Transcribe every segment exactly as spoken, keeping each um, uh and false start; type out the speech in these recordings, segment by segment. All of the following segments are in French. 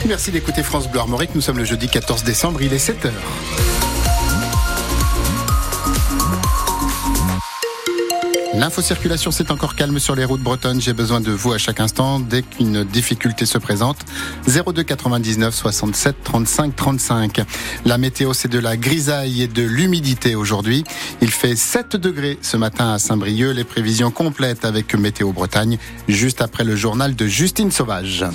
Merci d'écouter France Bleu Armorique. Nous sommes le jeudi quatorze décembre, il est sept heures. L'infocirculation, c'est encore calme sur les routes bretonnes. J'ai besoin de vous à chaque instant dès qu'une difficulté se présente. zéro deux quatre-vingt-dix-neuf soixante-sept trente-cinq trente-cinq. La météo, c'est de la grisaille et de l'humidité aujourd'hui. Il fait sept degrés ce matin à Saint-Brieuc. Les prévisions complètes avec Météo Bretagne, juste après le journal de Justine Sauvage.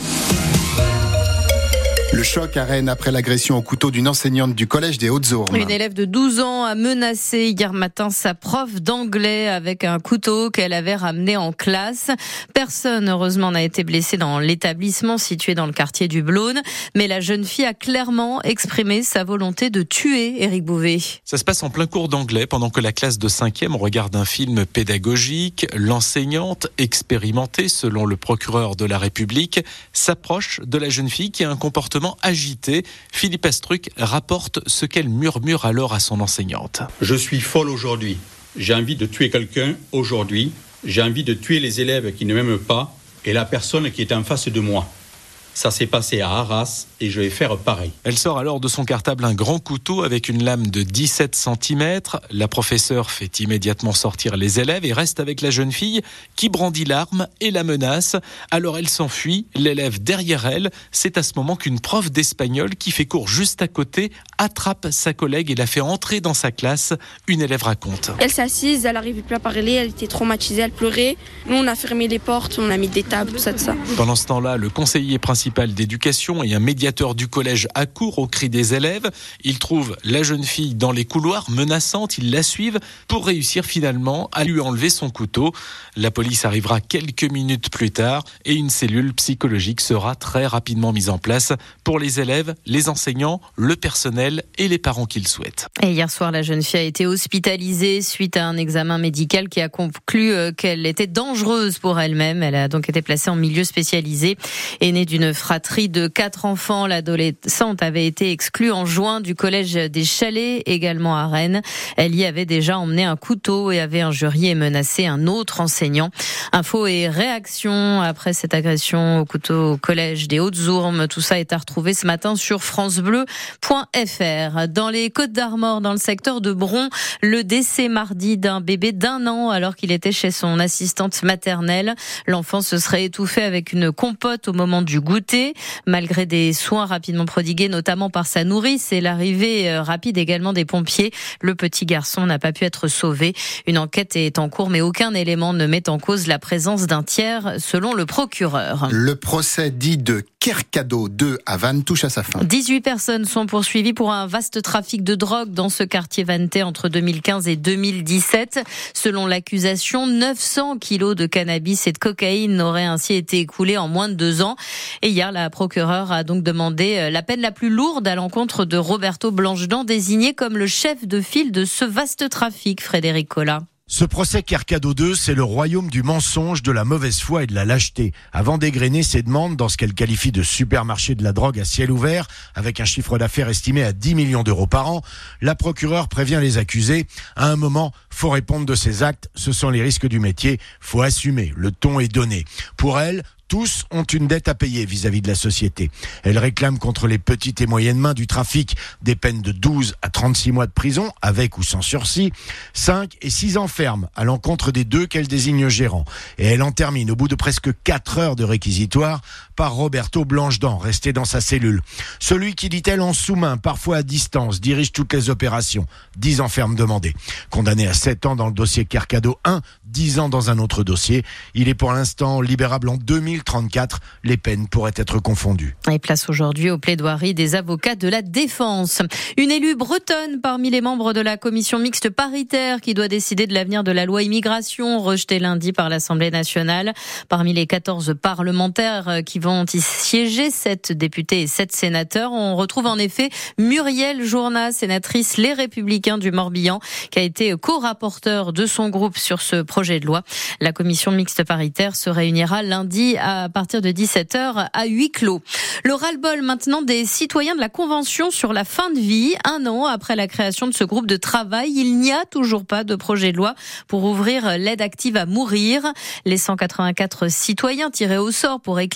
Le choc à Rennes après l'agression au couteau d'une enseignante du collège des Hautes-Aurmes. Une élève de douze ans a menacé hier matin sa prof d'anglais avec un couteau qu'elle avait ramené en classe. Personne, heureusement, n'a été blessé dans l'établissement situé dans le quartier du Blône. Mais la jeune fille a clairement exprimé sa volonté de tuer Éric Bouvet. Ça se passe en plein cours d'anglais pendant que la classe de cinquième regarde un film pédagogique. L'enseignante, expérimentée selon le procureur de la République, s'approche de la jeune fille qui a un comportement agité. Philippe Astruc rapporte ce qu'elle murmure alors à son enseignante. Je suis folle aujourd'hui. J'ai envie de tuer quelqu'un aujourd'hui. J'ai envie de tuer les élèves qui ne m'aiment pas et la personne qui est en face de moi. Ça s'est passé à Arras et je vais faire pareil. Elle sort alors de son cartable un grand couteau avec une lame de dix-sept centimètres. La professeure fait immédiatement sortir les élèves et reste avec la jeune fille qui brandit l'arme et la menace. Alors elle s'enfuit, l'élève derrière elle. C'est à ce moment qu'une prof d'espagnol qui fait cours juste à côté attrape sa collègue et la fait entrer dans sa classe. Une élève raconte. Elle s'est assise, elle n'arrivait plus à parler, elle était traumatisée, elle pleurait. Nous on a fermé les portes, on a mis des tables, tout ça, tout ça. Pendant ce temps-là, le conseiller principal d'éducation et un médiateur du collège accourent au cri des élèves. Ils trouvent la jeune fille dans les couloirs menaçante, ils la suivent pour réussir finalement à lui enlever son couteau. La police arrivera quelques minutes plus tard et une cellule psychologique sera très rapidement mise en place pour les élèves, les enseignants, le personnel et les parents qui le souhaitent. Et hier soir, la jeune fille a été hospitalisée suite à un examen médical qui a conclu qu'elle était dangereuse pour elle-même. Elle a donc été placée en milieu spécialisé. Aînée d'une fratrie de quatre enfants, l'adolescente avait été exclue en juin du collège des Chalets, également à Rennes. Elle y avait déjà emmené un couteau et avait injurié et menacé un autre enseignant. Info et réaction après cette agression au couteau au collège des Hautes-Aurmes. Tout ça est à retrouver ce matin sur francebleu point f r. Dans les Côtes-d'Armor, dans le secteur de Bron, le décès mardi d'un bébé d'un an alors qu'il était chez son assistante maternelle. L'enfant se serait étouffé avec une compote au moment du goûter. Malgré des soins rapidement prodigués, notamment par sa nourrice et l'arrivée rapide également des pompiers, le petit garçon n'a pas pu être sauvé. Une enquête est en cours, mais aucun élément ne met en cause la présence d'un tiers, selon le procureur. Le procès dit de Kercado deux à Vannes touche à sa fin. dix-huit personnes sont poursuivies pour un vaste trafic de drogue dans ce quartier vannetais entre deux mille quinze et deux mille dix-sept. Selon l'accusation, neuf cents kilos de cannabis et de cocaïne auraient ainsi été écoulés en moins de deux ans. Et hier, la procureure a donc demandé la peine la plus lourde à l'encontre de Roberto Blanchedan, désigné comme le chef de file de ce vaste trafic, Frédéric Collat. Ce procès Kercado deux, c'est le royaume du mensonge, de la mauvaise foi et de la lâcheté. Avant d'égrener ses demandes dans ce qu'elle qualifie de supermarché de la drogue à ciel ouvert, avec un chiffre d'affaires estimé à dix millions d'euros par an, la procureure prévient les accusés. À un moment, faut répondre de ses actes, ce sont les risques du métier, faut assumer, le ton est donné. Pour elle, tous ont une dette à payer vis-à-vis de la société. Elle réclame contre les petites et moyennes mains du trafic des peines de douze à trente-six mois de prison, avec ou sans sursis, cinq et six ans ferme à l'encontre des deux qu'elle désigne gérants. Et elle en termine, au bout de presque quatre heures de réquisitoire, par Roberto Blanchedan, resté dans sa cellule. Celui qui, dit-elle, en sous-main, parfois à distance, dirige toutes les opérations. dix ans ferme demandé. Condamné à sept ans dans le dossier Kercado un, dix ans dans un autre dossier. Il est pour l'instant libérable en deux mille trente-quatre. Les peines pourraient être confondues. Et place aujourd'hui aux plaidoiries des avocats de la défense. Une élue bretonne parmi les membres de la commission mixte paritaire qui doit décider de l'avenir de la loi immigration rejetée lundi par l'Assemblée nationale. Parmi les quatorze parlementaires qui vont y siéger, sept députés et sept sénateurs, on retrouve en effet Muriel Jourda, sénatrice Les Républicains du Morbihan, qui a été co-rapporteur de son groupe sur ce projet de loi. La commission mixte paritaire se réunira lundi à partir de dix-sept heures à huis clos. Le ras-le-bol maintenant des citoyens de la Convention sur la fin de vie. Un an après la création de ce groupe de travail, il n'y a toujours pas de projet de loi pour ouvrir l'aide active à mourir. Les cent quatre-vingt-quatre citoyens tirés au sort pour éclairer les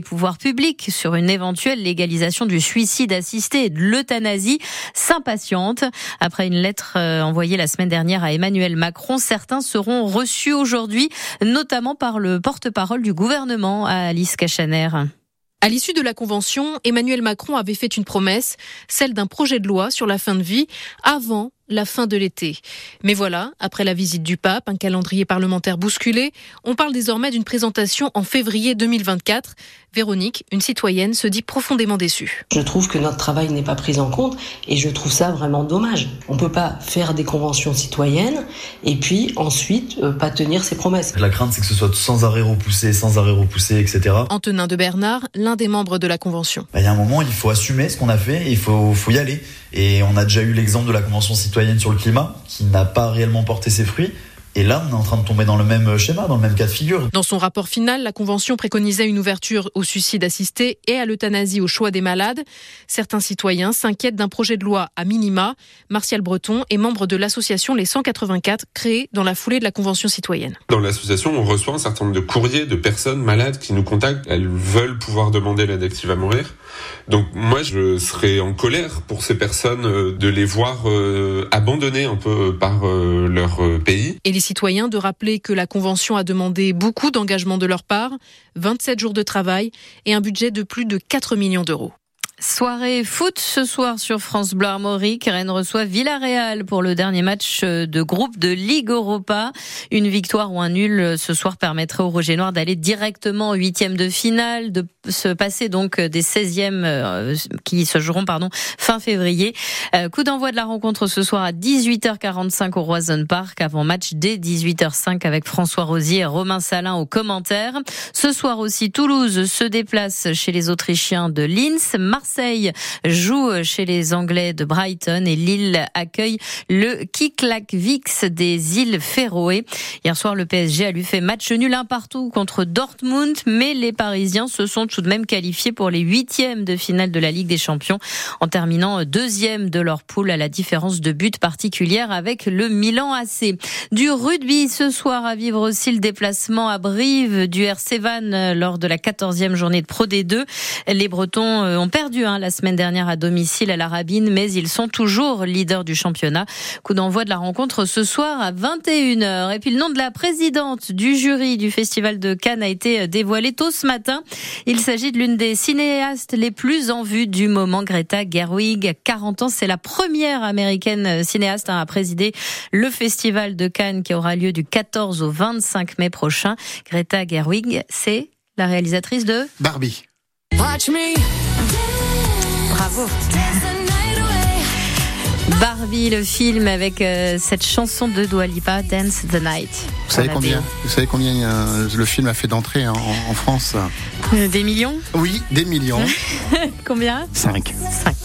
pouvoirs publics sur une éventuelle légalisation du suicide assisté et de l'euthanasie s'impatiente. Après une lettre envoyée la semaine dernière à Emmanuel Macron, certains seront reçus aujourd'hui, notamment par le porte-parole du gouvernement, Alice Cachaner. À l'issue de la convention, Emmanuel Macron avait fait une promesse, celle d'un projet de loi sur la fin de vie avant la fin de l'été. Mais voilà, après la visite du pape, un calendrier parlementaire bousculé, on parle désormais d'une présentation en février deux mille vingt-quatre. Véronique, une citoyenne, se dit profondément déçue. Je trouve que notre travail n'est pas pris en compte et je trouve ça vraiment dommage. On ne peut pas faire des conventions citoyennes et puis ensuite euh, pas tenir ses promesses. La crainte, c'est que ce soit sans arrêt repoussé, sans arrêt repoussé, et cetera. Antonin de Bernard, l'un des membres de la convention. Il y a un moment, il faut assumer ce qu'on a fait et il faut, faut y aller. Et on a déjà eu l'exemple de la convention citoyenne sur le climat qui n'a pas réellement porté ses fruits. Et là, on est en train de tomber dans le même schéma, dans le même cas de figure. Dans son rapport final, la Convention préconisait une ouverture au suicide assisté et à l'euthanasie au choix des malades. Certains citoyens s'inquiètent d'un projet de loi à minima. Martial Breton est membre de l'association Les cent quatre-vingt-quatre, créée dans la foulée de la Convention citoyenne. Dans l'association, on reçoit un certain nombre de courriers de personnes malades qui nous contactent. Elles veulent pouvoir demander l'aide active à mourir. Donc moi, je serais en colère pour ces personnes de les voir euh, abandonnées un peu par euh, leur euh, pays. Et les citoyens de rappeler que la Convention a demandé beaucoup d'engagement de leur part, vingt-sept jours de travail et un budget de plus de quatre millions d'euros. Soirée foot ce soir sur France Bleu Armorique. Rennes reçoit Villarreal pour le dernier match de groupe de Ligue Europa. Une victoire ou un nul ce soir permettrait aux Rouges et Noirs d'aller directement au huitième de finale, de se passer donc des seizièmes qui se joueront pardon fin février. Coup d'envoi de la rencontre ce soir à dix-huit heures quarante-cinq au Roison Park, avant match dès dix-huit heures cinq avec François Rosier et Romain Salin aux commentaires. Ce soir aussi, Toulouse se déplace chez les Autrichiens de Linz. Marseille joue chez les Anglais de Brighton et Lille accueille le Kiklak-Vix des îles Féroé. Hier soir, le P S G a lui fait match nul un partout contre Dortmund, mais les Parisiens se sont tout de même qualifiés pour les huitièmes de finale de la Ligue des Champions en terminant deuxième de leur poule à la différence de but particulière avec le Milan A C. Du rugby ce soir à vivre aussi le déplacement à Brive du R C Vannes lors de la quatorzième journée de Pro D deux. Les Bretons ont perdu hein, la semaine dernière à domicile à la Rabine, mais ils sont toujours leaders du championnat. Coup d'envoi de la rencontre ce soir à vingt et une heures. Et puis le nom de la présidente du jury du Festival de Cannes a été dévoilé tôt ce matin. Il s'agit de l'une des cinéastes les plus en vue du moment, Greta Gerwig. quarante ans, c'est la première américaine cinéaste à présider le Festival de Cannes qui aura lieu du quatorze au vingt-cinq mai prochain. Greta Gerwig, c'est la réalisatrice de Barbie. Bravo. Barbie, le film avec euh, cette chanson de Dua Lipa, Dance the Night. Vous savez combien, vous savez combien euh, le film a fait d'entrées hein, en, en France? Des millions? Oui, des millions. Combien? Cinq. Cinq.